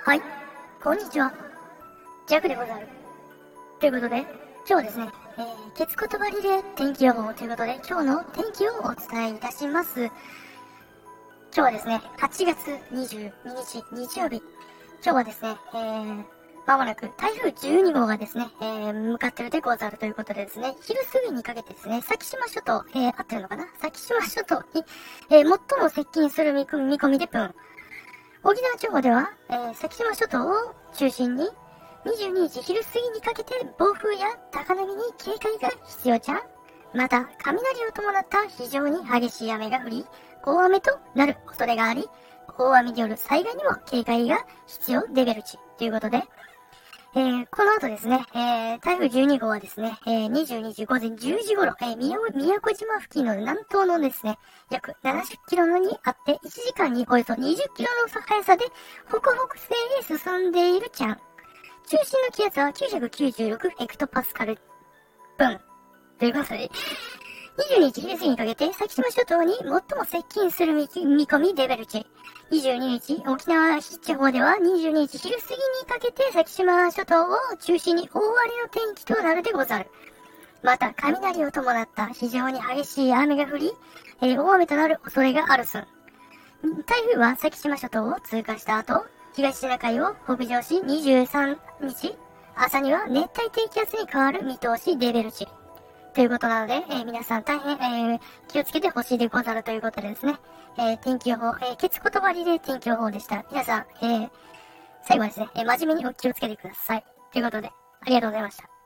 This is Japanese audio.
はい、こんにちは。ジャクでござる。ということで、今日はですね、ケツ言葉リレー天気予報ということで、今日の天気をお伝えいたします。今日はですね、8月22日日曜日。今日はですね、まもなく台風12号がですね、向かってるでござるということでですね、昼過ぎにかけてですね、先島諸島、合ってるのかな、先島諸島に、最も接近する見込みで沖縄地方では、先島諸島を中心に22日昼過ぎにかけて暴風や高波に警戒が必要じゃん。また、雷を伴った非常に激しい雨が降り、大雨となる恐れがあり、大雨による災害にも警戒が必要レベル値ということで、この後ですね、台風12号はですね、22時午前10時頃、宮古島付近の南東のですね、約70キロのにあって、1時間におよそ20キロの速さで、北北西へ進んでいるちゃん。中心の気圧は996ヘクトパスカル分。ということで、22日昼過ぎにかけて先島諸島に最も接近する見込みレベル値。22日、沖縄地方では22日昼過ぎにかけて先島諸島を中心に大荒れの天気となるでござる。また、雷を伴った非常に激しい雨が降り、大雨となる恐れがあるすん。台風は先島諸島を通過した後、東シナ海を北上し23日、朝には熱帯低気圧に変わる見通しレベル値。ということなので、皆さん大変、気をつけてほしいでござるということでですね、天気予報、ケツ言葉リレー天気予報でした。皆さん、最後はですね、真面目にお気をつけてください。ということで、ありがとうございました。